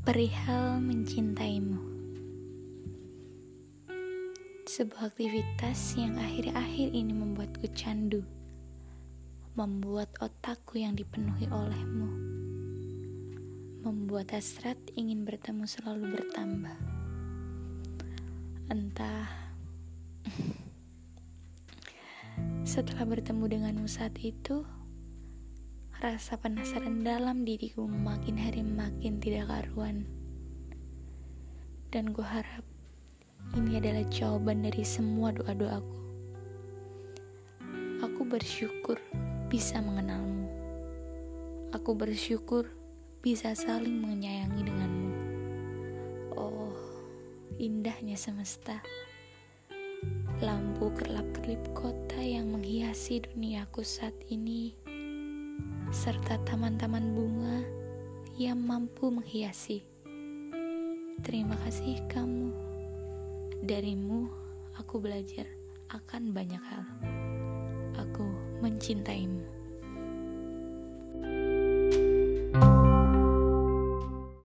Perihal mencintaimu, sebuah aktivitas yang akhir-akhir ini membuatku candu, membuat otakku yang dipenuhi olehmu, membuat hasrat ingin bertemu selalu bertambah. Entah, setelah bertemu denganmu saat itu, rasa penasaran dalam diriku makin hari makin tidak karuan. Dan ku harap ini adalah jawaban dari semua doa-doaku. Aku bersyukur bisa mengenalmu. Aku bersyukur bisa saling menyayangi denganmu. Oh, indahnya semesta. Lampu kerlap-kerlip kota yang menghiasi duniaku saat ini, serta taman-taman bunga yang mampu menghiasi. Terima kasih kamu. Darimu aku belajar akan banyak hal. Aku mencintaimu.